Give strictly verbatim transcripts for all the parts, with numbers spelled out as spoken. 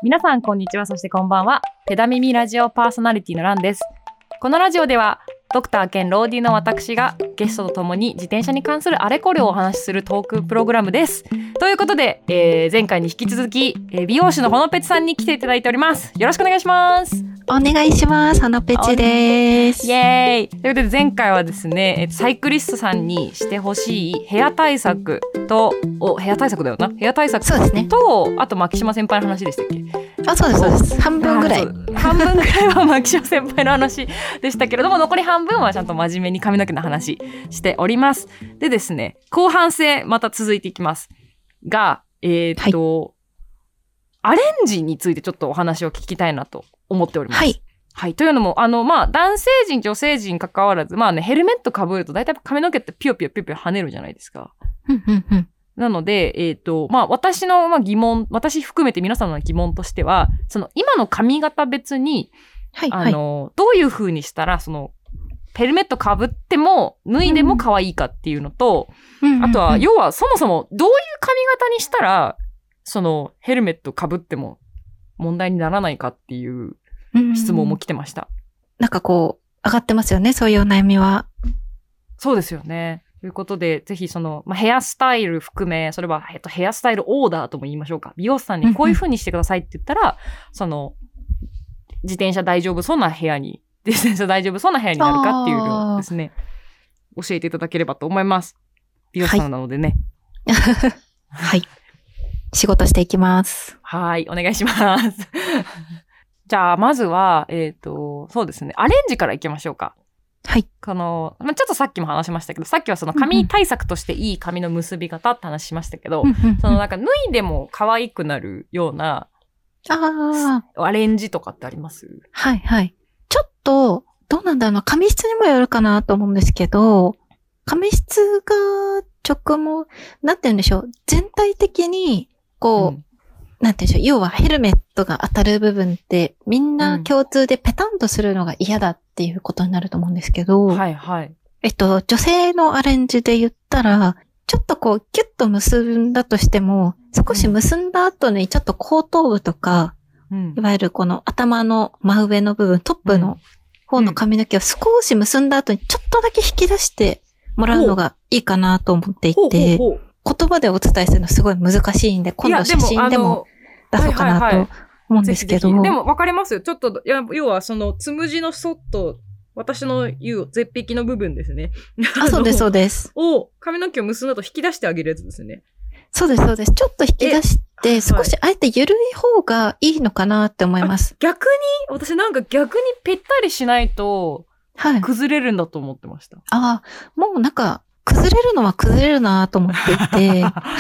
皆さんこんにちは、そしてこんばんは。ペダミミラジオパーソナリティのランです。このラジオではドクター兼ローディの私がゲストとともに自転車に関するあれこれをお話しするトークプログラムです。ということで、えー、前回に引き続き、えー、美容師のほのぺちさんに来ていただいております。よろしくお願いします。 お願いします。ほのぺちです。 イエーイ。ということで前回はですね、えー、サイクリストさんにしてほしいヘア対策とおヘア対策だよなヘア対策と、 そうですね、 あと牧島先輩の話でしたっけ。 あ、そうですそうです。半分ぐらい半分ぐらいは牧島先輩の話でしたけれども、残り半分はちゃんと真面目に髪の毛の話しております。でですね、後半戦また続いていきますが、えー、っと、はい、アレンジについてちょっとお話を聞きたいなと思っております。 はい。 はい。というのも、あの、まあ、男性陣、女性陣関わらず、まあね、ヘルメット被ると大体髪の毛ってピヨピヨピヨピヨ跳ねるじゃないですか。 うんうんうん。 なので、えっと、まあ、私のまあ疑問、私含めて皆さんの疑問としては、その、今の髪型別に、 はい、 あの、はい、どういう風にしたら、その、ヘルメット被っても、脱いでも可愛いかっていうのと、うん、あとは、要は、そもそも、どういう髪型にしたら、その、ヘルメット被っても問題にならないかっていう質問も来てました。 うん、なんかこう、上がってますよね、そういうお悩みは。 そうですよね。ということで、ぜひその、まあ、ヘアスタイル含め、それは、えっと、ヘアスタイルオーダーとも言いましょうか。美容師さんにこういう風にしてくださいって言ったら、うん、その、自転車大丈夫そうな部屋に、自転車大丈夫そうな部屋になるかっていうのをですね、教えていただければと思います。美容師さんなのでね。 はい。はい。仕事していきます。 はい、お願いします。じゃあ、まずは、えっと、そうですね、アレンジからいきましょうか。 はい。 この、まあ、ちょっとさっきも話しましたけど、さっきはその髪対策としていい髪の結び方って話しましたけど、うんうん、そのなんか脱いでも可愛くなるような、 ああ。 アレンジとかってあります？ はいはい。ちょっと、どうなんだろうな、髪質にもよるかなと思うんですけど、髪質が直も、なんて言うんでしょう、全体的に、こう、うん、なんて言うんでしょう、要はヘルメットが当たる部分って、みんな共通でペタンとするのが嫌だっていうことになると思うんですけど、 うん、はいはい。 えっと、女性のアレンジで言ったら、ちょっとこう、キュッと結んだとしても、少し結んだ後にちょっと後頭部とか、うん、いわゆるこの頭の真上の部分、トップの方の髪の毛を少し結んだ後にちょっとだけ引き出してもらうのがいいかなと思っていて、言葉でお伝えするのすごい難しいんで、今度写真でも出そうかなと思うんですけど。 ぜひぜひでも分かりますよ。ちょっと、要はそのつむじのそっと、私の言う絶壁の部分ですね。 あ、そうですそうです。 を髪の毛を結んだと引き出してあげるやつですね。 そうですそうです。ちょっと引き出して、少しあえて緩い方がいいのかなって思います。 逆に、私なんか逆にぺったりしないと、崩れるんだと思ってました。 はい、ああ、もうなんか、崩れるのは崩れるなと思っていて。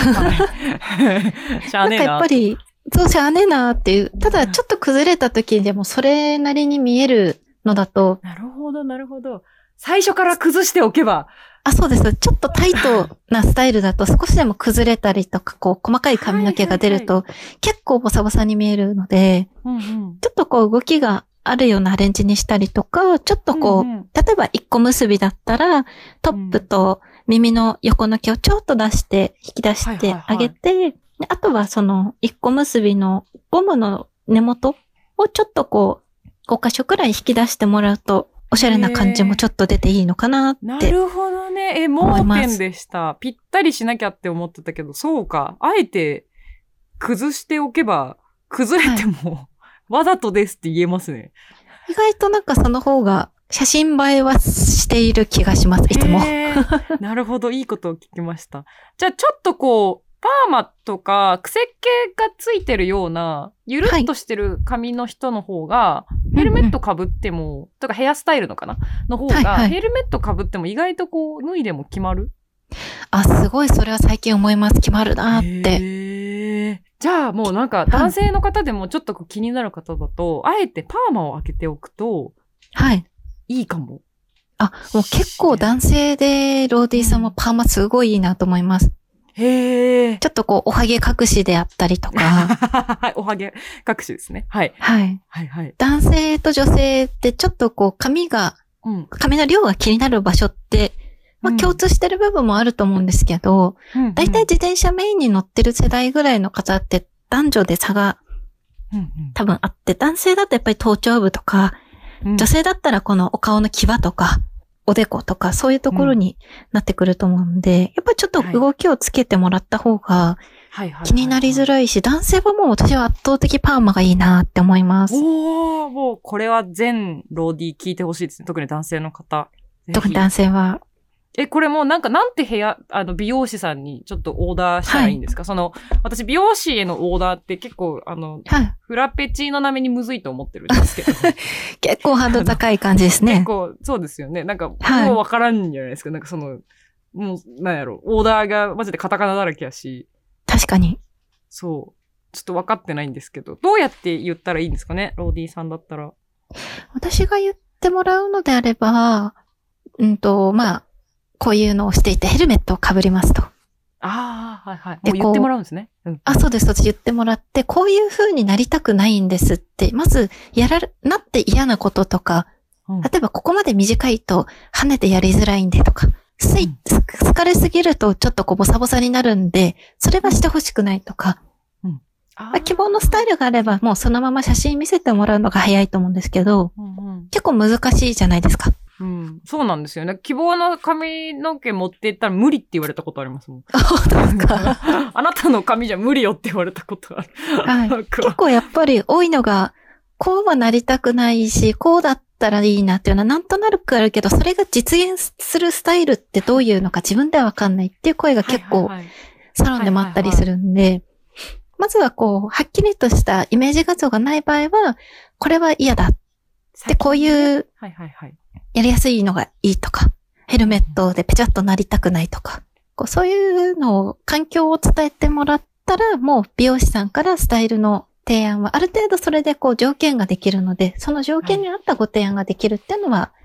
しゃあねえな。 なんかやっぱり、そうしゃあねえなっていう。ただちょっと崩れた時にでもそれなりに見えるのだと。 なるほど、なるほど。最初から崩しておけば。 あ、そうです。ちょっとタイトなスタイルだと少しでも崩れたりとか、こう、細かい髪の毛が出ると、結構ボサボサに見えるので、 うんうん、 ちょっとこう動きがあるようなアレンジにしたりとか、ちょっとこう、うんうん、例えば一個結びだったら、トップと耳の横の毛をちょっと出して、引き出してあげて、はいはいはい、あとはその一個結びのゴムの根元をちょっとこう、ご箇所くらい引き出してもらうと、おしゃれな感じもちょっと出ていいのかなって。 なるほどね。え、盲点でした。ぴったりしなきゃって思ってたけど、そうか。あえて崩しておけば、崩れても、はい、わざとですって言えますね。 意外となんかその方が写真映えはしている気がします、いつも。 なるほど。いいことを聞きました。じゃあちょっとこう、パーマとか、癖っ気がついてるような、ゆるっとしてる髪の人の方が、はい、ヘルメット被っても、うんうん、とかヘアスタイルのかなの方が、はいはい、ヘルメット被っても意外とこう、脱いでも決まる？ あ、すごい、それは最近思います。決まるなって。 へー。じゃあもうなんか、男性の方でもちょっと気になる方だと、はい、あえてパーマを開けておくと、 はい。 いいかも。 あ、もう結構男性でローディーさんもパーマすごいいいなと思います。 へー。 ちょっとこう、おはげ隠しであったりとか。 おはげ隠しですね。はい。 はい。 はいはい。 男性と女性ってちょっとこう、髪が、うん、髪の量が気になる場所って、まあ共通してる部分もあると思うんですけど、うんうん、だいたい自転車メインに乗ってる世代ぐらいの方って男女で差がうんうん、 多分あって、男性だとやっぱり頭頂部とか、うん、女性だったらこのお顔の際とか、おでことか、そういうところになってくると思うんで、うん、やっぱりちょっと動きをつけてもらった方が気になりづらいし、男性はもう私は圧倒的パーマがいいなって思います。 おー、もうこれは全ローディー聞いてほしいですね。特に男性の方。 特に男性は。 え、これもうなんかなんて部屋、あの、美容師さんにちょっとオーダーしたらいいんですか、はい、その、私美容師へのオーダーって結構、あの、はい、フラペチーノ並みにむずいと思ってるんですけど。 結構ハード高い感じですね。 結構、そうですよね。なんか、もうわからんじゃないですか。はい、なんかその、もう、なんやろ、オーダーがマジでカタカナだらけやし。 確かに。 そう。ちょっと分かってないんですけど、どうやって言ったらいいんですかね、ローディーさんだったら。 私が言ってもらうのであれば、うんと、まあ、こういうのをしていてヘルメットをかぶりますと。 ああ、はいはい。もう言ってもらうんですね。うん、 あ、そうです。そうです。言ってもらって、こういう風になりたくないんですって、まず、やられ、なって嫌なこととか、うん、例えばここまで短いと跳ねてやりづらいんでとか、すい、すかれすぎるとちょっとこうボサボサになるんで、それはしてほしくないとか、うん、あ希望のスタイルがあれば、もうそのまま写真見せてもらうのが早いと思うんですけど、うんうん、結構難しいじゃないですか。 うん、そうなんですよね。希望の髪の毛持っていったら無理って言われたことありますもん。 本当ですか？ あなたの髪じゃ無理よって言われたことある。 はい。結構やっぱり多いのが、こうはなりたくないし、こうだったらいいなっていうのはなんとなくあるけど、それが実現するスタイルってどういうのか自分ではわかんないっていう声が結構サロンでもあったりするんで、まずはこう、はっきりとしたイメージ画像がない場合は、これは嫌だ。で、こういう、はいはいはい。やりやすいのがいいとか、ヘルメットでペチャッとなりたくないとか、こうそういうのを、環境を伝えてもらったら、もう美容師さんからスタイルの提案は、ある程度それでこう条件ができるので、その条件に合ったご提案ができるっていうのは、はい、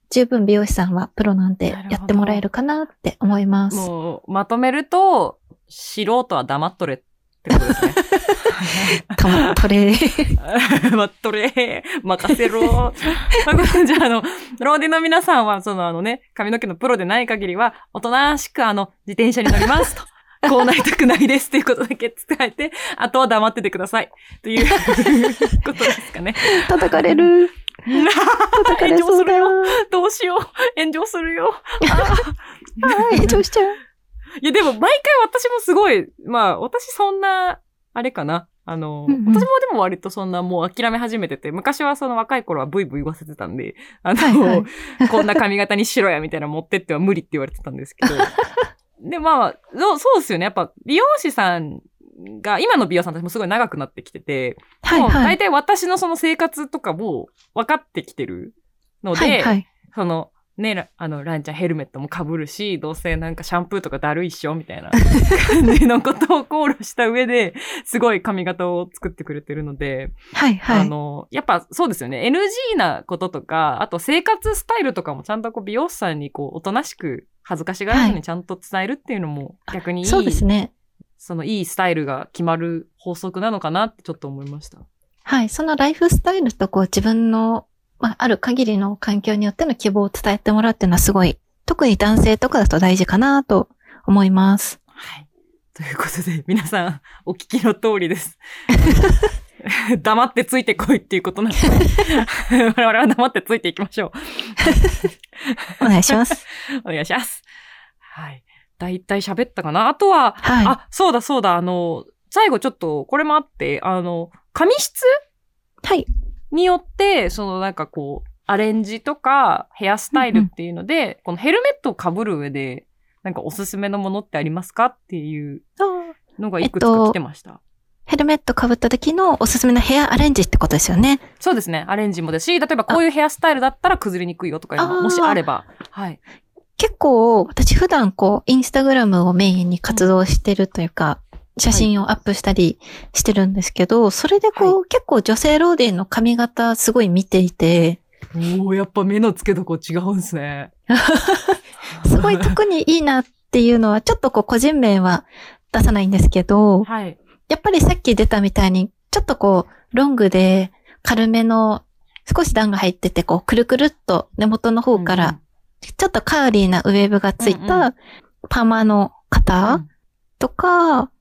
十分美容師さんはプロなんでやってもらえるかなって思います。 もう、まとめると、素人は黙っとれってことですね。 黙っとれ。 黙っとれ。任せろ。じゃあ、あの、ローディの皆さんは、そのあのね、髪の毛のプロでない限りは、おとなしくあの、自転車に乗りますと。こうなりたくないですっていうことだけ伝えて、あとは黙っててください。ということですかね。 叩かれる。 叩かれそうだ。炎上するよ。どうしよう。炎上するよ。 あ炎上しちゃう。 いや、でも毎回私もすごい、まあ、私そんな、あれかな。あの、うんうん、私もでも割とそんなもう諦め始めてて、昔はその若い頃はブイブイ言わせてたんで、あの、はいはい、こんな髪型にしろやみたいな持ってっては無理って言われてたんですけど。で、まあ、そうですよね。やっぱ美容師さんが、今の美容師さんたちもすごい長くなってきてて、はいはい、もう大体私のその生活とかも分かってきてるので、はいはい、その、ね、あの、ランちゃんヘルメットも被るし、どうせなんかシャンプーとかだるいっしょみたいな感じのことを考慮した上で、すごい髪型を作ってくれてるので、 はいはい。 あの、やっぱそうですよね。エヌジー なこととか、あと生活スタイルとかもちゃんとこう美容師さんにこう、おとなしく恥ずかしがらずにちゃんと伝えるっていうのも逆にいい、 そうですね。 そのいいスタイルが決まる法則なのかなってちょっと思いました。 はい。そのライフスタイルとこう自分のまあ、ある限りの環境によっての希望を伝えてもらうっていうのはすごい、特に男性とかだと大事かなと思います。 はい。ということで、皆さん、お聞きの通りです。黙ってついてこいっていうことなんで、我々は黙ってついていきましょう。お願いします。 お願いします。はい。だいたい喋ったかな。あとは、はい、あ、そうだそうだ、あの、最後ちょっと、これもあって、あの、髪質はい。 によって、そのなんかこう、アレンジとかヘアスタイルっていうので、うんうん、このヘルメットを被る上で、なんかおすすめのものってありますかっていうのがいくつか来てました。えっと、 ヘルメット被った時のおすすめのヘアアレンジってことですよね。 そうですね。アレンジもですし、例えばこういうヘアスタイルだったら崩れにくいよとかいうのも、もしあれば。はい。 結構、私普段こう、インスタグラムをメインに活動してるというか、うん写真をアップしたりしてるんですけど、はい、それでこう、はい、結構女性ローディの髪型すごい見ていて。 おー、やっぱ目の付けどこ違うんですね。 すごい特にいいなっていうのは、ちょっとこう個人名は出さないんですけど、はい、やっぱりさっき出たみたいに、ちょっとこう、ロングで軽めの少し段が入ってて、こう、くるくるっと根元の方から、ちょっとカーリーなウェーブがついたパーマの方とか、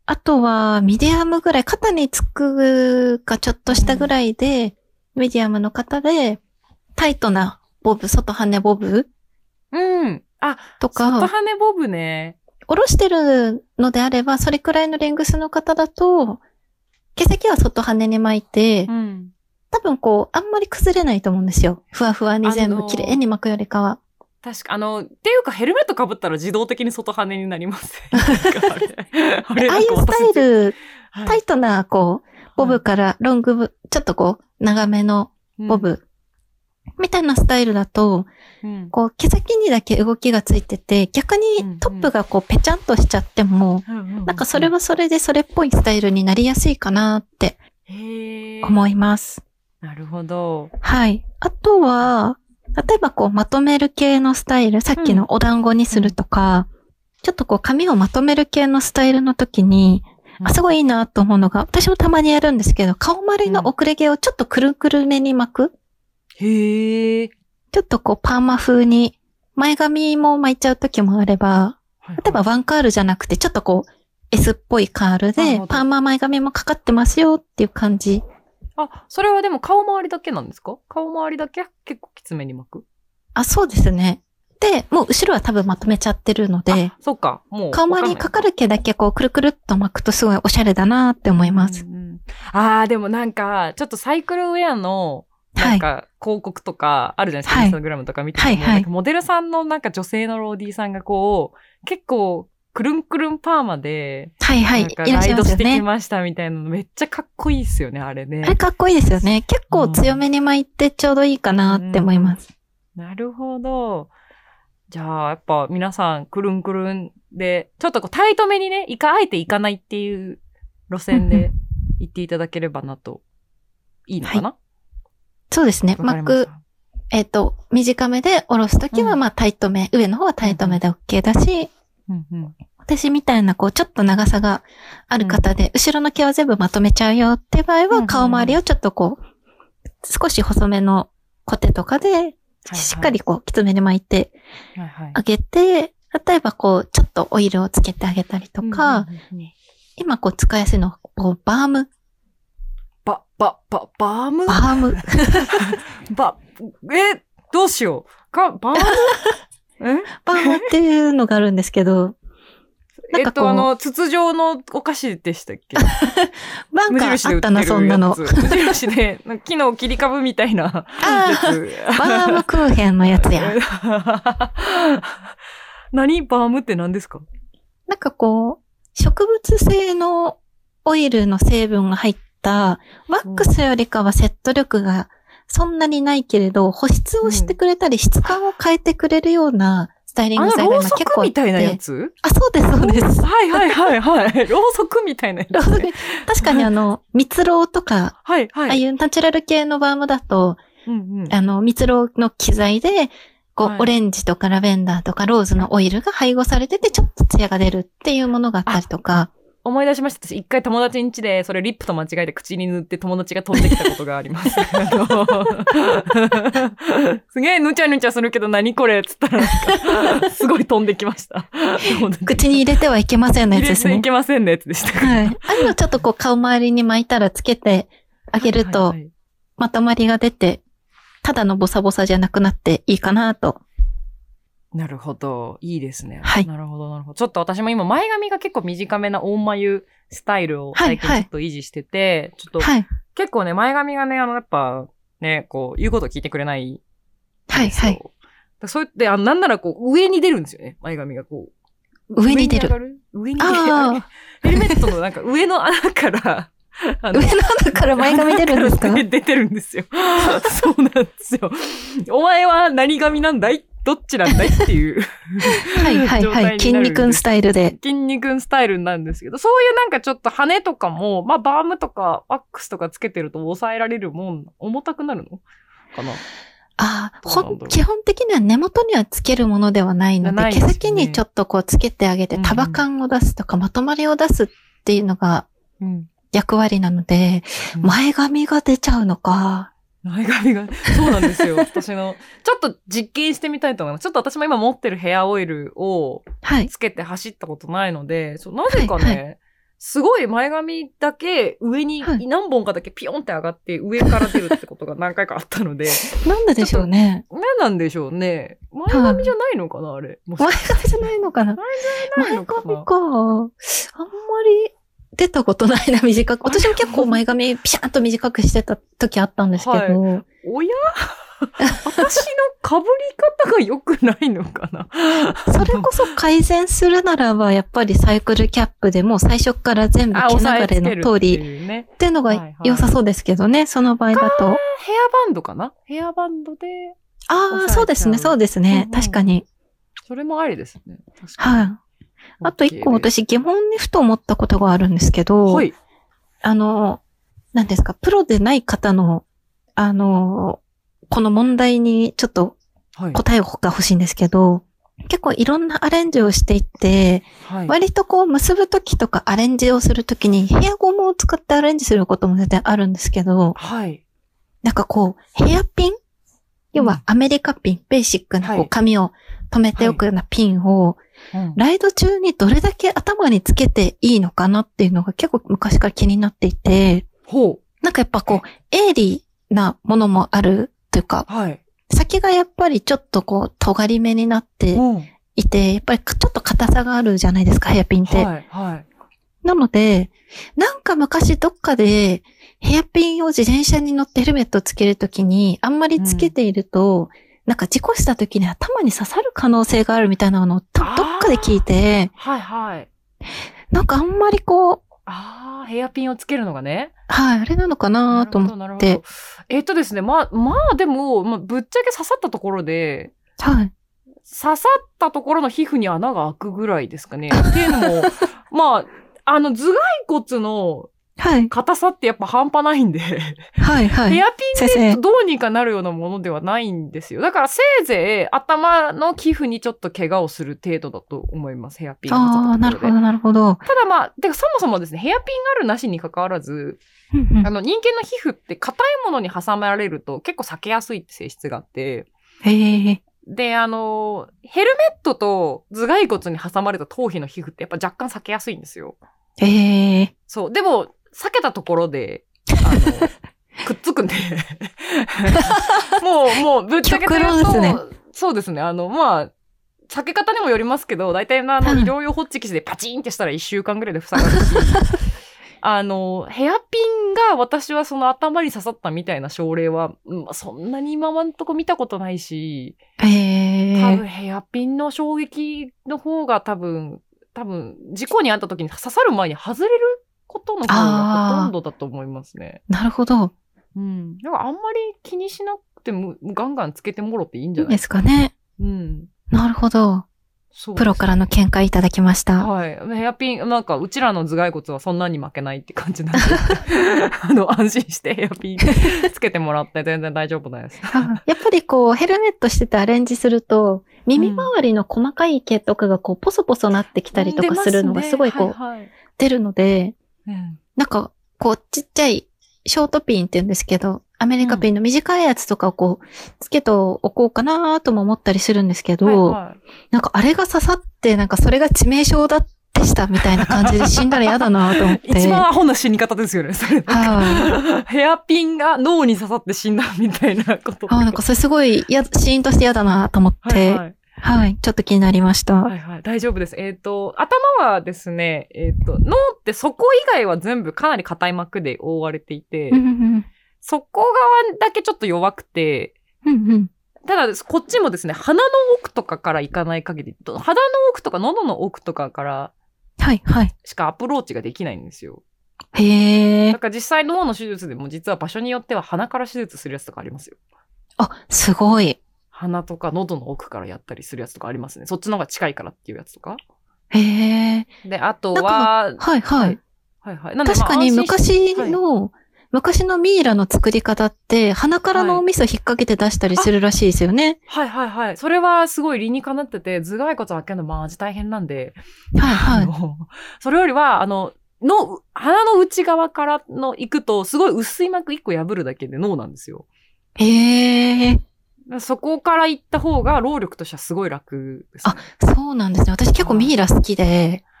あとは、ミディアムぐらい、肩につくかちょっとしたぐらいで、うん、ミディアムの方で、タイトなボブ、外羽ボブうん。あ、 とか。 外羽ボブね。 下ろしてるのであれば、それくらいのレングスの方だと、毛先は外羽に巻いて、うん、多分こう、あんまり崩れないと思うんですよ。ふわふわに全部綺麗に巻くよりかは。 確か、あの、っていうかヘルメット被ったら自動的に外羽になります。 あれああいうスタイル、はい、タイトな、こう、ボブからロングブ、ちょっとこう、長めのボブ、うん、みたいなスタイルだと、うん、こう、毛先にだけ動きがついてて、逆にトップがこう、ペチャンとしちゃっても、うんうん、なんかそれはそれでそれっぽいスタイルになりやすいかなって思います。 なるほど。 はい。あとは、例えばこうまとめる系のスタイル、さっきのお団子にするとか、うん、ちょっとこう髪をまとめる系のスタイルの時に、うん、あ、すごいいいなと思うのが、私もたまにやるんですけど、顔周りの遅れ毛をちょっとくるくるめに巻く。うん、 へー。 ちょっとこうパーマ風に、前髪も巻いちゃう時もあれば、例えばワンカールじゃなくて、ちょっとこう S っぽいカールで、パーマ前髪もかかってますよっていう感じ。 あ、それはでも顔周りだけなんですか？顔周りだけ結構きつめに巻く？ あ、そうですね。で、もう後ろは多分まとめちゃってるので、 そうか、もう顔周りにかかる毛だけこうくるくるっと巻くとすごいおしゃれだなって思います。 うんうん、ああ、でもなんか、ちょっとサイクルウェアの、なんか広告とかあるじゃないですか、インスタグラムとか見てても、はいはい、なんかモデルさんのなんか女性のローディーさんがこう、結構、くるんくるんパーマで、 はいはい。 なんかライドしてきましたみたいなのめっちゃかっこいいですよね、あれね。 あれかっこいいですよね。結構強めに巻いてちょうどいいかなって思います。 うんうん、なるほど。じゃあ、やっぱ皆さんくるんくるんで、ちょっとこうタイトめにね、いか、あえていかないっていう路線で行っていただければなと。いいのかな、はい、 そうですね。巻く、えっと、短めで下ろすときはまあタイトめ、うん、上の方はタイトめで OK だし、うんうん、私みたいな、こう、ちょっと長さがある方で、うん、後ろの毛は全部まとめちゃうよって場合は、顔周りをちょっとこう、少し細めのコテとかで、しっかりこう、きつめに巻いてあげて、はいはい、例えばこう、ちょっとオイルをつけてあげたりとか、うんうんうん、今こう、使いやすいのは、こう、バーム。 ば、ば、ば、バームバーム。 ば、え、どうしよう。か、バームえバームっていうのがあるんですけど、 なんかえっと、あの、筒状のお菓子でしたっけ？ なんかあったな、そんなの。 無印で、木の切り株みたいなやつ。 バームクーヘンのやつや。 何？バームって何ですか？ なんかこう、植物性のオイルの成分が入ったワックスよりかはセット力がそんなにないけれど、保湿をしてくれたり、質感を変えてくれるようなスタイリング剤が今結構あって。 あの、ろうそくみたいなやつ？ あ、そうです、そうです。 はいはいはいはい。ろうそくみたいなやつ、ね。 確かにあの、蜜ろうとか、 はいはい。 ああいうナチュラル系のバームだと、うんうん、あの、蜜ろうの機材で、こう、はい、オレンジとかラベンダーとかローズのオイルが配合されてて、ちょっとツヤが出るっていうものがあったりとか。 思い出しました。私一回友達ん家でそれリップと間違えて口に塗って友達が飛んできたことがあります。すげえぬちゃぬちゃするけど何これっつったらなんかすごい飛んできました。 口に入れてはいけませんのやつですね。 入れていけませんのやつでした。 はい。ああいうのちょっとこう顔周りに巻いたらつけてあげると、はいはいはい、まとまりが出て、ただのボサボサじゃなくなっていいかなと。 なるほど。いいですね。 はい。 なるほど、なるほど。ちょっと私も今、前髪が結構短めな大眉スタイルを最近ちょっと維持してて、はいはい、ちょっと、はい、結構ね、前髪がね、あの、やっぱ、ね、こう、言うこと聞いてくれない。 はいはい。 そうやって、あの、なんならこう、上に出るんですよね。前髪がこう。上に出る。 上に上がる。ヘルメットのなんか上の穴から、 あの上の穴から前髪出るんですか？ 出てるんですよ。そうなんですよ。お前は何髪なんだい？どっちなんだいっていうはいはいはい。筋肉スタイルで。 筋肉スタイルなんですけど、そういうなんかちょっと羽とかも、まあバームとかワックスとかつけてると抑えられるもん、重たくなるのかな？ ああ、ほん、基本的には根元にはつけるものではないので、毛先にちょっとこうつけてあげて、束感を出すとか、まとまりを出すっていうのが役割なので、うん、前髪が出ちゃうのか。 前髪が、そうなんですよ。私の、ちょっと実験してみたいと思います。ちょっと私も今持ってるヘアオイルをつけて走ったことないので、はい、なぜかね、はいはい、 すごい前髪だけ上に何本かだけピヨンって上がって上から出るってことが何回かあったので。 なんででしょうね。 何なんでしょうね。前髪じゃないのかな、あれ。 前髪じゃないのかな。 前髪じゃないのかな。 前髪か。あんまり出たことないな、短く。私も結構前髪ピシャーンと短くしてた時あったんですけど。はい、 おや私の被り方が良くないのかな。 それこそ改善するならば、やっぱりサイクルキャップでも最初から全部毛流れの通りっていうのが良さそうですけどね、その場合だと。ヘアバンドかなヘアバンドで。 ああ、そうですね、そうですね、うんうん。確かに。 それもありですね。 確かに。はい。あと一個私疑問にふと思ったことがあるんですけど、はい。あの、何ですか、プロでない方の、あの、この問題にちょっと答えが欲しいんですけど、はい、結構いろんなアレンジをしていって、はい、割とこう結ぶときとかアレンジをするときにヘアゴムを使ってアレンジすることも全然あるんですけど、はい、なんかこうヘアピン、要はアメリカピン、うん、ベーシックなこう髪を留めておくようなピンを、はいうん、ライド中にどれだけ頭につけていいのかなっていうのが結構昔から気になっていて、ほうなんかやっぱこう鋭利なものもあるというか、はい、先がやっぱりちょっとこう、尖り目になっていて、うん、やっぱりちょっと硬さがあるじゃないですか、ヘアピンって。はいはい、なので、なんか昔どっかでヘアピンを自転車に乗ってヘルメットをつけるときに、あんまりつけていると、うん、なんか事故したときに頭に刺さる可能性があるみたいなのをどっかで聞いて、はいはい、なんかあんまりこう、 ああ、ヘアピンをつけるのがね。 はい、あれなのかなと思って。 えっとですね、まあ、まあでも、まあ、ぶっちゃけ刺さったところで、はい。刺さったところの皮膚に穴が開くぐらいですかね。っていうのも、まあ、あの、頭蓋骨の硬さってやっぱ半端ないんで、はいはい。ヘアピンでどうにかなるようなものではないんですよ。だからせいぜい頭の皮膚にちょっと怪我をする程度だと思います、ヘアピンが刺さったところで。ああ、 なるほどなるほど。 ただまあ、てかそもそもですね、ヘアピンがあるなしに関わらず、あの人間の皮膚って硬いものに挟まれると結構裂けやすいって性質があって、へー。で、あの、ヘルメットと頭蓋骨に挟まれた頭皮の皮膚ってやっぱ若干裂けやすいんですよ。へー。そう。でも、裂けたところで、あの、くっつくんで。もう、もう、ぶっちゃけて言うと、ですね、そうですね。あの、まあ、裂け方にもよりますけど、大体あの、医療用ホッチキスでパチンってしたらいっしゅうかんぐらいで塞がるし、あの、ヘアピンが私はその頭に刺さったみたいな症例は、うん、そんなに今のとこ見たことないし、へー。多分ヘアピンの衝撃の方が多分、多分、事故に遭った時に刺さる前に外れることの方がほとんどだと思いますね。 なるほど。 うん。だからあんまり気にしなくても、ガンガンつけてもろっていいんじゃないですかね。うん。なるほど。プロからの見解いただきました。 はい。ヘアピン、なんか、うちらの頭蓋骨はそんなに負けないって感じなんで、あの、安心してヘアピンつけてもらって全然大丈夫です。 やっぱりこう、ヘルメットしててアレンジすると、耳周りの細かい毛とかがこう、ポソポソなってきたりとかするのがすごいこう、はいはい、出るので、うん、なんか、こう、ちっちゃい、ショートピンって言うんですけど、アメリカピンの短いやつとかをこう、つけておこうかなとも思ったりするんですけど、はいはい、なんかあれが刺さって、なんかそれが致命傷だでしたみたいな感じで死んだら嫌だなと思って。 一番アホな死に方ですよね、それ。はい。ヘアピンが脳に刺さって死んだみたいなこと。 あ、なんかそれすごいや、シーンとして嫌だなと思って。はいはいはい。ちょっと気になりました。 はいはい。大丈夫です。えっと、頭はですね、えっと、脳ってそこ以外は全部かなり硬い膜で覆われていて、そこ側だけちょっと弱くて、ただ、こっちもですね、鼻の奥とかから行かない限り、鼻の奥とか喉の奥とかから、はいはい。しかアプローチができないんですよ。へー。だから実際脳の手術でも実は場所によっては鼻から手術するやつとかありますよ。 あ、すごい。 鼻とか喉の奥からやったりするやつとかありますね。そっちの方が近いからっていうやつとか。 へー。 で、あとは、 はいはい。はいはい。なんで確かに昔の、はい、昔のミイラの作り方って、鼻からのお味噌引っ掛けて出したりするらしいですよね。 はい、はい、はいはい。それはすごい理にかなってて、頭蓋骨開けるのマジ大変なんで。はいはい。それよりは、あの、の、鼻の内側からの行くと、すごい薄い膜一個破るだけで脳なんですよ。へー。そこから行った方が労力としてはすごい楽です、ね。 あ、そうなんですね。私結構ミイラ好きで。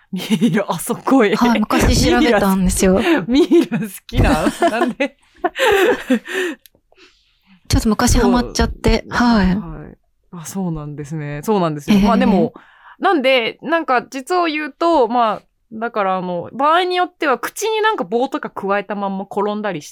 ミイラ、あ、そこへ。 はい、昔調べたんですよ。 ミイラ好きななんでちょっと昔ハマっちゃって、はい。 はい。あ、そうなんですね。そうなんですよ。えー、まあでも、なんで、なんか実を言うと、まあ、だからあの、場合によっては口になんか棒とか加えたまんま転んだりして、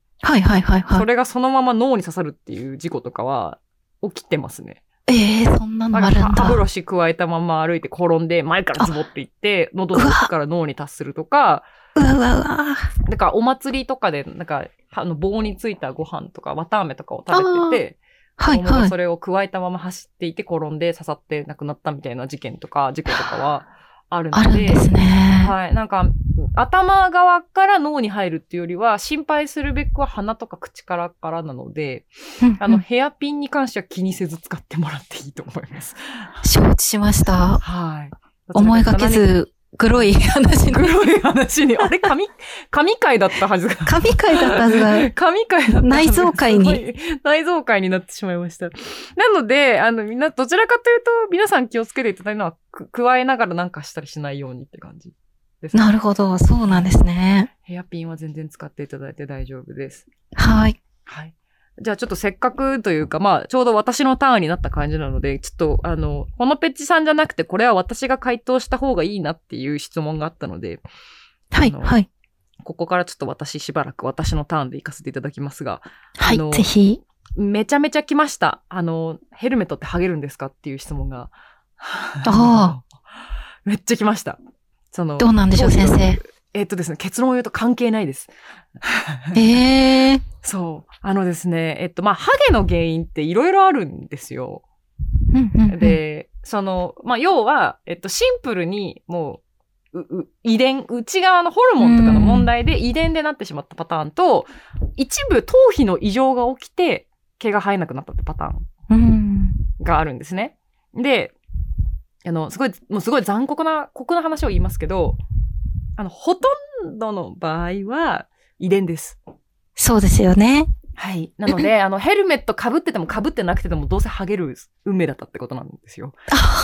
はいはいはいはい。 それがそのまま脳に刺さるっていう事故とかは起きてますね。 ええー、そんなのあるんだ。 歯ブラシ加えたまま歩いて転んで、前からズボっていって、喉の奥から脳に達するとか、 うわうわうわ。 だからお祭りとかで、なんか、あの棒についたご飯とか、綿飴とかを食べてて、 はいはい。 それを加えたまま走っていて転んで刺さって亡くなったみたいな事件とか、事故とかはあるので。 あるんですね。 はい。なんか、頭側から脳に入るっていうよりは、心配するべくは鼻とか口からからなので、うんうん、あの、ヘアピンに関しては気にせず使ってもらっていいと思います。 承知しました。 はい。 思いがけず、黒い話に。 黒い話に。あれ、神、神回だったはずが。 神回だったはずが。 神回だったはずが。 内臓回に。 内臓回になってしまいました。なので、あの、みんな、どちらかというと、皆さん気をつけていただいたのは、加えながらなんかしたりしないようにって感じです、ね。 なるほど。そうなんですね。 ヘアピンは全然使っていただいて大丈夫です。 はい。 はい。じゃあちょっとせっかくというか、まあ、ちょうど私のターンになった感じなので、ちょっと、あの、ほのぺっちさんじゃなくて、これは私が回答した方がいいなっていう質問があったので、 はい、はい。 ここからちょっと私しばらく私のターンで行かせていただきますが、 はい、ぜひ。 めちゃめちゃ来ました。あの、ヘルメットって剥げるんですかっていう質問が。 ああ。 めっちゃ来ました。その、 どうなんでしょう、先生。 えっとですね、結論を言うと関係ないです。 ええー。 そう。あのですね、えっと、まあ、ハゲの原因っていろいろあるんですよ。 うんうんうん、 で、その、まあ、要は、えっと、シンプルに、もう、う、う遺伝、内側のホルモンとかの問題で遺伝でなってしまったパターンと、一部頭皮の異常が起きて、毛が生えなくなったってパターンがあるんですね。で、あの、すごい、もうすごい残酷な、酷な話を言いますけど、あの、ほとんどの場合は遺伝です。 そうですよね。 はい。なので、あの、ヘルメット被ってても被ってなくてもどうせハゲる運命だったってことなんですよ。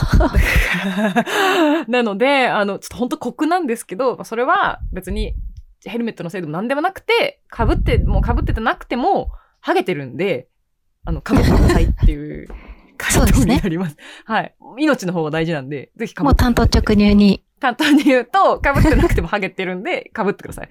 なので、あの、ちょっと本当酷なんですけど、それは別にヘルメットのせいでも何でもなくて、被って、もう被っててなくても、ハゲてるんで、あの、被ってくださいっていう回答になります。はい。命の方が大事なんで、ぜひ被ってください。 もう単刀直入に。 簡単に言うと、被ってなくてもハゲてるんで、被ってください。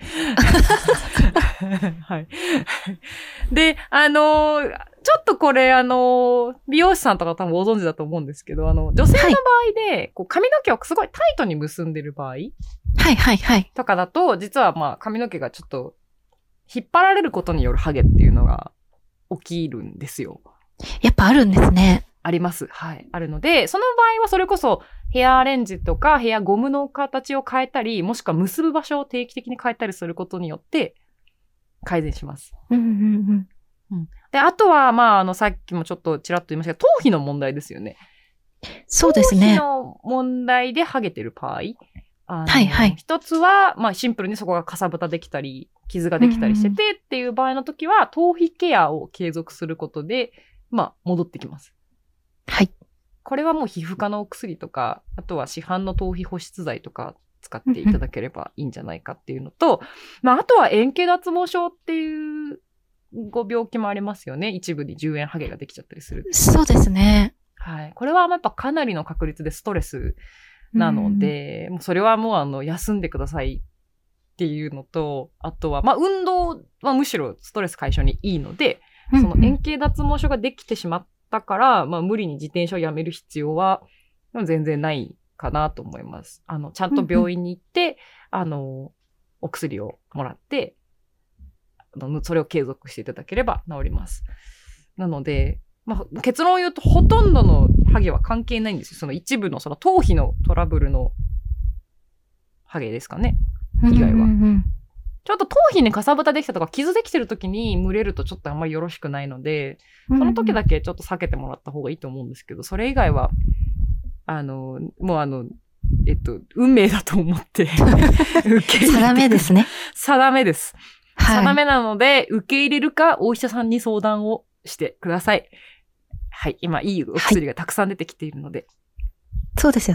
はい。で、あのー、ちょっとこれ、あのー、美容師さんとか多分ご存知だと思うんですけど、あの、女性の場合で、はい、こう髪の毛をすごいタイトに結んでる場合。はいはいはい。 とかだと、実はまあ髪の毛がちょっと、引っ張られることによるハゲっていうのが起きるんですよ。 やっぱあるんですね。 あります。はい。あるので、その場合はそれこそヘアアレンジとかヘアゴムの形を変えたり、もしくは結ぶ場所を定期的に変えたりすることによって改善します。 うんうんうんうん、で、あとは、まあ、あの、さっきもちょっとちらっと言いましたけど、頭皮の問題ですよね。 そうですね。 頭皮の問題でハゲてる場合。 はいはい。 一つは、まあ、シンプルにそこがかさぶたできたり、傷ができたりしてて、うんうん、っていう場合の時は、頭皮ケアを継続することで、まあ、戻ってきます。 はい。これはもう皮膚科のお薬とか、あとは市販の頭皮保湿剤とか使っていただければいいんじゃないかっていうのと、まあ、あとは円形脱毛症っていうご病気もありますよね。一部にじゅうえんハゲができちゃったりする。 そうですね。 はい。これはやっぱかなりの確率でストレスなので、もうそれはもうあの、休んでくださいっていうのと、あとは、まあ、運動はむしろストレス解消にいいので、その円形脱毛症ができてしまったから、まあ、無理に自転車をやめる必要は全然ないかなと思います。あの、ちゃんと病院に行って、あの、お薬をもらって、それを継続していただければ治ります。なので、まあ、結論を言うとほとんどのハゲは関係ないんですよ。その一部のその頭皮のトラブルのハゲですかね。以外は。うんうんうん、ちょっと頭皮にかさぶたできたとか傷できてる時に蒸れるとちょっとあんまりよろしくないので、その時だけちょっと避けてもらった方がいいと思うんですけど、それ以外は、あの、もうあの、えっと、運命だと思って。 定めですね。 定めです。はい、定めなので、受け入れるかお医者さんに相談をしてください。はい。今、いいお薬がたくさん出てきているので。 はい、そうですよね。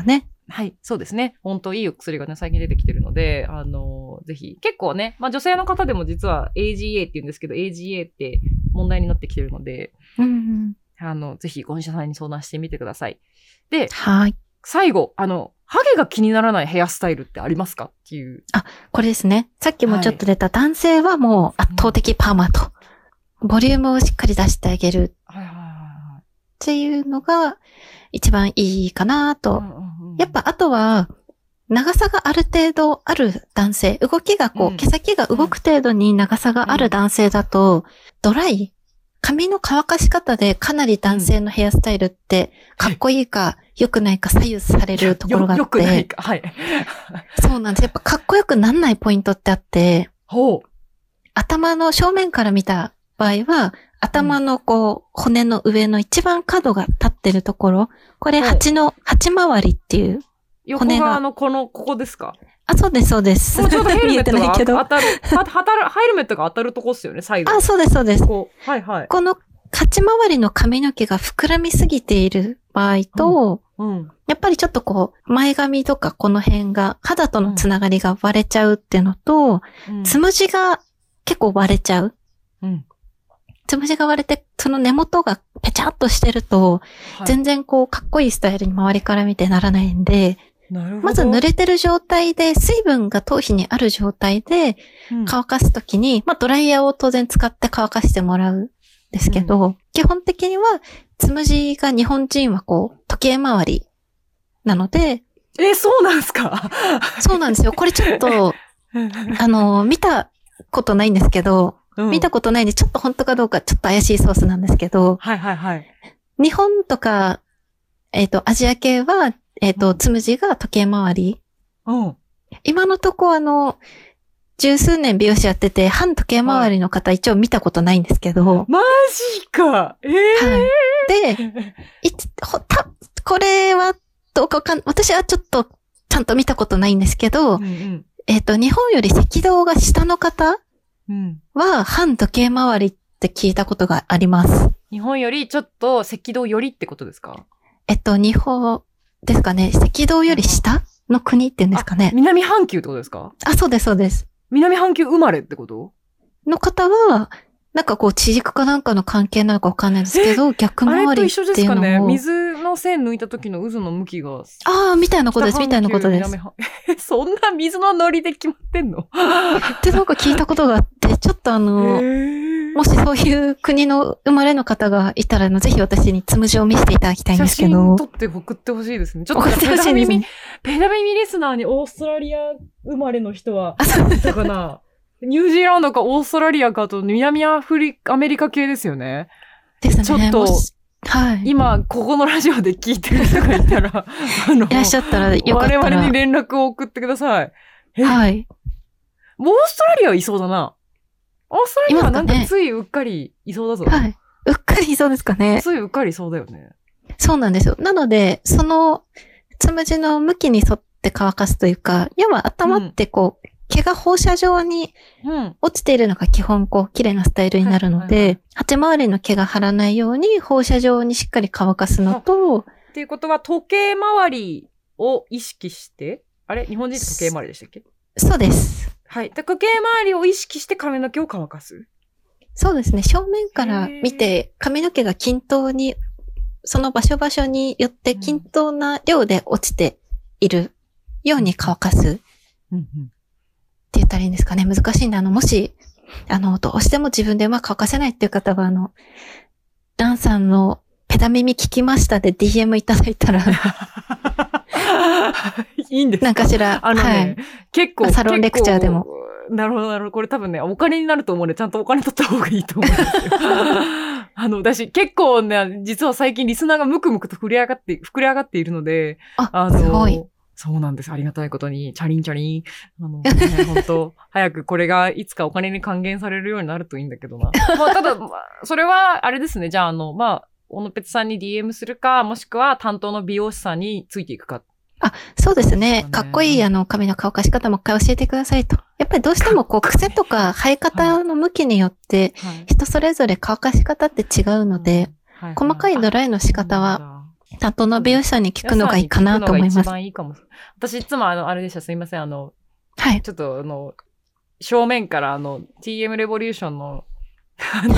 はい、そうですね。本当いいお薬がね、最近出てきてるので、あのー、ぜひ、結構ね、まあ女性の方でも実は エージーエー って言うんですけど、エージーエー って問題になってきてるので、 うんうん、 あの、ぜひご医者さんに相談してみてください。で、 はい。 最後、あの、ハゲが気にならないヘアスタイルってありますかっていう。 あ、これですね。さっきもちょっと出た男性はもう圧倒的パーマと、うん、ボリュームをしっかり出してあげるっていうのが一番いいかなと。やっぱあとは、長さがある程度ある男性、動きがこう、毛先が動く程度に長さがある男性だと、ドライ髪の乾かし方でかなり男性のヘアスタイルってかっこいいか良くないか左右されるところがあって。よくないか。はい。そうなんです。やっぱかっこよくなんないポイントってあって、 ほう。 頭の正面から見た場合は、頭のこう、骨の上の一番角が立ってるところ、これ蜂の、蜂回りっていう横側のこの、ここですか？ あ、そうです、そうです。 もうちょうどヘルメットが当たる、当たる、ヘルメットが当たるとこっすよね、サイド。 あ、そうです、そうです。 こう、はいはい。 この、鉢回りの髪の毛が膨らみすぎている場合と、 うんうん、 やっぱりちょっとこう、前髪とかこの辺が、肌とのつながりが割れちゃうっていうのと、うん、つむじが結構割れちゃう。うん、つむじが割れて、その根元がペチャっとしてると、はい、全然こう、かっこいいスタイルに周りから見てならないんで、まず濡れてる状態で、水分が頭皮にある状態で乾かすときに、うん、まあドライヤーを当然使って乾かしてもらうんですけど、うん、基本的にはつむじが日本人はこう時計回りなので。 え、そうなんですか？ そうなんですよ。これちょっと、あの、見たことないんですけど、うん、見たことないんでちょっと本当かどうかちょっと怪しいソースなんですけど、 はいはいはい。 日本とか、えっと、アジア系は、えっと、つむじが時計回り。 うん。 今のとこあの、十数年美容師やってて、半時計回りの方一応見たことないんですけど。 マジかええー、 はい。で、いほた、これは、どうかわかん、私はちょっと、ちゃんと見たことないんですけど、うんうん、えっと、日本より赤道が下の方は、半時計回りって聞いたことがあります。 日本よりちょっと赤道よりってことですか？ えっと、日本、ですかね。赤道より下の国って言うんですかね。 南半球ってことですか？ あ、そうです、そうです。 南半球生まれってことの方は、なんかこう、地軸かなんかの関係なのかわかんないですけど、逆回りっていうのを。あれと一緒ですかね。 水の線抜いた時の渦の向きが。 ああ、みたいなことです、みたいなことです。 そんな水のノリで決まってんのってなんか聞いたことがあって、ちょっとあの、もしそういう国の生まれの方がいたら、ぜひ私につむじを見せていただきたいんですけど。 写真撮って送ってほしいですね。ちょっとペダ耳、ペダ耳リスナーにオーストラリア生まれの人はいたかなニュージーランドかオーストラリアかと南アフリカ、アメリカ系ですよね。 ですね。 ちょっと、 はい。 今、ここのラジオで聞いてる人がいたら、あの、 いらっしゃったらよかったら。 我々に連絡を送ってください。 はい。 オーストラリアはいそうだな。オーストラリアはなんかついうっかりいそうだぞ。 はい。うっかりいそうですかね。 ついうっかりいそうだよね。 そうなんですよ。なので、その、つむじの向きに沿って乾かすというか、要は頭ってこう、うん、毛が放射状に落ちているのが基本こう綺麗なスタイルになるので、はいはいはい、鉢回りの毛が張らないように放射状にしっかり乾かすのと、 っていうことは時計回りを意識して、あれ日本人って時計回りでしたっけ？ そうです。 はい。時計回りを意識して髪の毛を乾かす？ そうですね。正面から見て髪の毛が均等に、その場所場所によって均等な量で落ちているように乾かす。うんうんって言ったらいいんですかね。難しいんで、あの、もし、あの、どうしても自分でうまく乾かせないっていう方は、あの、ランさんのペダ耳聞きましたで ディーエム いただいたら。 いいんですか？ なんかしら、 あのね、はい、結構、 サロンレクチャーでも。 なるほど、なるほど。これ多分ね、お金になると思うんで、ちゃんとお金取った方がいいと思うんですよ。あの、だし、結構ね、実は最近リスナーがムクムクと膨れ上がって、膨れ上がっているので、 あ、あの、すごい。 そうなんです。ありがたいことに、チャリンチャリン。あの、ね、本当早くこれがいつかお金に還元されるようになるといいんだけどな。まあ、ただ、それは、あれですね。じゃあ、あの、まあ、小野ペツさんに ディーエム するか、もしくは担当の美容師さんについていくか。 あ、そうですね。かっこいい、あの、髪の乾かし方もう一回教えてくださいと。やっぱりどうしても、こう、癖とか生え方の向きによって、人それぞれ乾かし方って違うので、細かいドライの仕方は、 担当の美容師さんに聞くのがいいかなと思います。 一番いいかも。私いつもあの、あれでした、すいません、あの、 はい。 ちょっとあの、正面からあの、ティーエム レボリューションの、あの、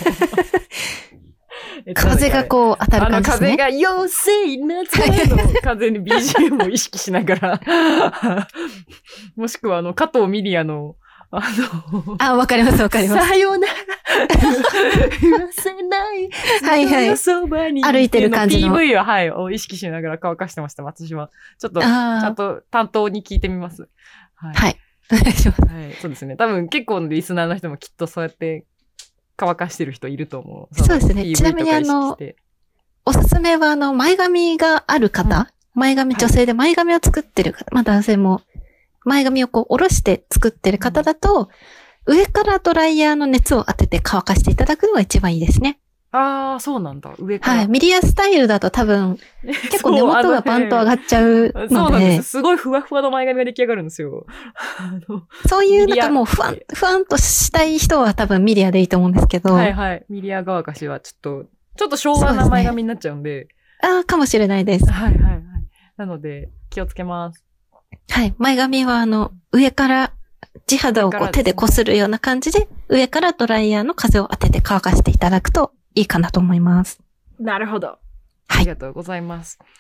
風がこう当たる感じですね。 あの風が妖精夏の風に ビージーエム を意識しながら、もしくはあの、加藤ミリアの、あの、 あ、わかりますわかります。 さよなら、言わせない、 はいはい。 そばに歩いてる感じの。 ピーブイ を、はい、を意識しながら乾かしてました、私は。ちょっと、ちゃんと担当に聞いてみます。 はい。はい。お願いします。 はい、そうですね。多分結構リスナーの人もきっとそうやって乾かしてる人いると思う。 そうですね。ちなみにあの、おすすめはあの、前髪がある方、うん、前髪、女性で前髪を作ってる方、はい、まあ男性も、前髪をこう下ろして作ってる方だと、うん、上からドライヤーの熱を当てて乾かしていただくのが一番いいですね。 ああ、そうなんだ。上から。 はい。ミリアスタイルだと多分、結構根元がバンと上がっちゃうので。 そうなんです。すごいふわふわの前髪が出来上がるんですよ。 そういう、なんかもうふわん、ふわんとしたい人は多分ミリアでいいと思うんですけど。 はいはい。ミリア乾かしはちょっと、ちょっと昭和な前髪になっちゃうんで。 でね、ああ、かもしれないです。 はいはいはい。なので、気をつけます。 はい。前髪はあの、上から、地肌をこう手で擦るような感じで、上からドライヤーの風を当てて乾かしていただくといいかなと思います。 なるほど。ありがとうございます。はい、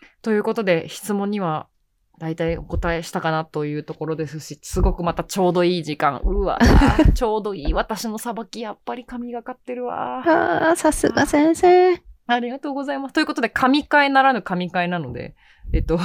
ということで、質問には大体お答えしたかなというところですし、すごくまたちょうどいい時間。うわ、ちょうどいい。私のさばき、やっぱり神がかってるわ。 ああ、さすが先生。 ありがとうございます。ということで、神回ならぬ神回なので、えっと、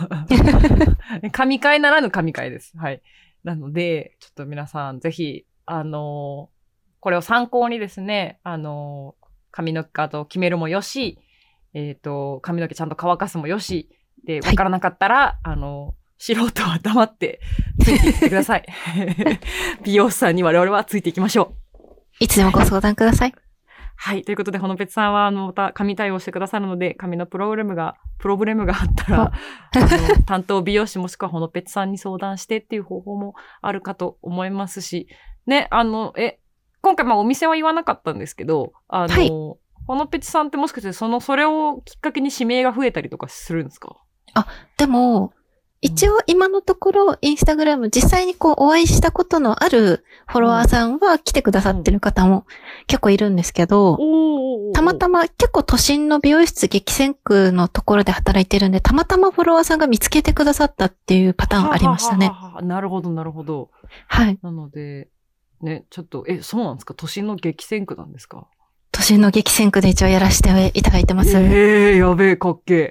神回ならぬ神回です。はい。なので、ちょっと皆さん、ぜひ、あのー、これを参考にですね、あのー、髪の毛を決めるもよし、えっと、髪の毛ちゃんと乾かすもよし、で、わからなかったら、はい、あのー、素人は黙ってついていってください。美容師さんに我々はついていきましょう。 いつでもご相談ください。 はい。ということで、ほのぺつさんは、あの、また髪対応してくださるので、髪のプログラムが、プログラムがあったら、あの、担当美容師もしくはほのぺつさんに相談してっていう方法もあるかと思いますし、ね、あの、え、今回、まあ、お店は言わなかったんですけど、あの、はい、ほのぺつさんってもしかして、その、それをきっかけに指名が増えたりとかするんですか？ あ、でも、一応今のところインスタグラム実際にこうお会いしたことのあるフォロワーさんは来てくださってる方も結構いるんですけど、たまたま結構都心の美容室激戦区のところで働いてるんで、たまたまフォロワーさんが見つけてくださったっていうパターンありましたね。 ははははなるほどなるほど。 はい。 なので、ね、ちょっと、え、そうなんですか？都心の激戦区なんですか？ 都心の激戦区で一応やらせていただいてます。 ええー、やべえ、かっけえ。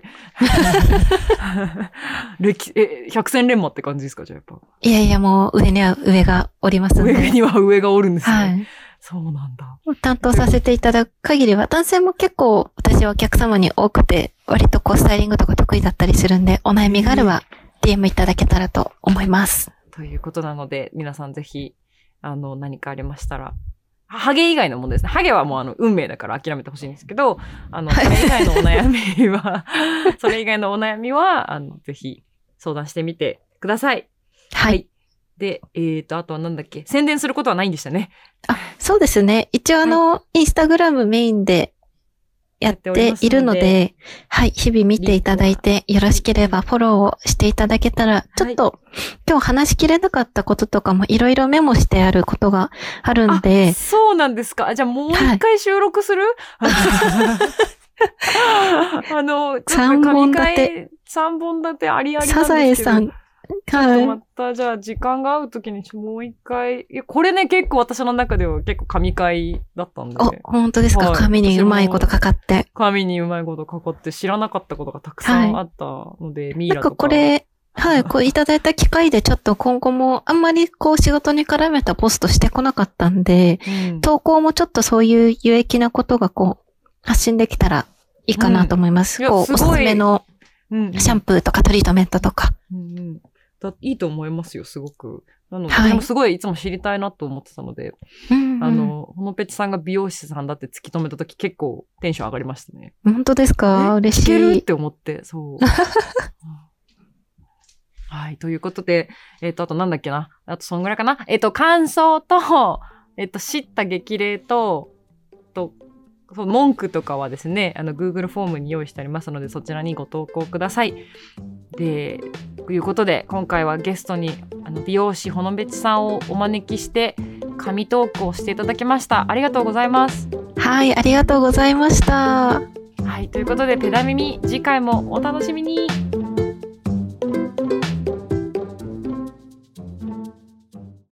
歴、え、百戦錬磨って感じですか？じゃあやっぱ。 いやいや、もう上には上がおりますんで。 上には上がおるんですね。 はい。 そうなんだ。 担当させていただく限りは、男性も結構私はお客様に多くて、割とこうスタイリングとか得意だったりするんで、お悩みがあれば ディーエム いただけたらと思います。 ということなので、皆さんぜひ、あの、何かありましたら、ハゲ以外のものですね。ハゲはもうあの、運命だから諦めてほしいんですけど、あの、それ以外のお悩みは、それ以外のお悩みは、あの、ぜひ相談してみてください。 はい。はい、 で、えーと、あとはなんだっけ、宣伝することはないんでしたね。 あ、そうですね。一応あの、はい、インスタグラムメインでやっているので、はい、日々見ていただいて、よろしければフォローをしていただけたら、ちょっと、はい、今日話しきれなかったこととかもいろいろメモしてあることがあるんで。 そうなんですか。じゃあもう一回収録する？はい、あの、 三本立て。 三本立てありありなんですけど。 サザエさん。 ちょっとまた、じゃあ時間が合うときにもう一回、いや、これね、結構私の中では結構神回だったんで。 あ、本当ですか？はい、紙にうまいことかかって。 紙にうまいことかかって知らなかったことがたくさんあったので、はい、ミイラとか。 なんかこれ、はい、こういただいた機会でちょっと今後もあんまりこう仕事に絡めたポストしてこなかったんで、うん、投稿もちょっとそういう有益なことがこう発信できたらいいかなと思います。うん、こう、おすすめのシャンプーとかトリートメントとか。 うんうんだいいと思いますよ、すごく。なので、はい、私もすごいいつも知りたいなと思ってたので、うんうん、あの、ほのぺちさんが美容師さんだって突き止めたとき結構テンション上がりましたね。 本当ですか？嬉しい。 いけるって思って、そう。はい、ということで、えっと、あとなんだっけな。あとそんぐらいかな。えっと、感想と、えっと、知った激励と、と、 そう文句とかはですね、あの Google フォームに用意してありますので、そちらにご投稿ください。で、ということで今回はゲストにあの美容師ほのべちさんをお招きして神トークをしていただきました。ありがとうございます。 はい、ありがとうございました。 はい、ということでペダ耳、次回もお楽しみに。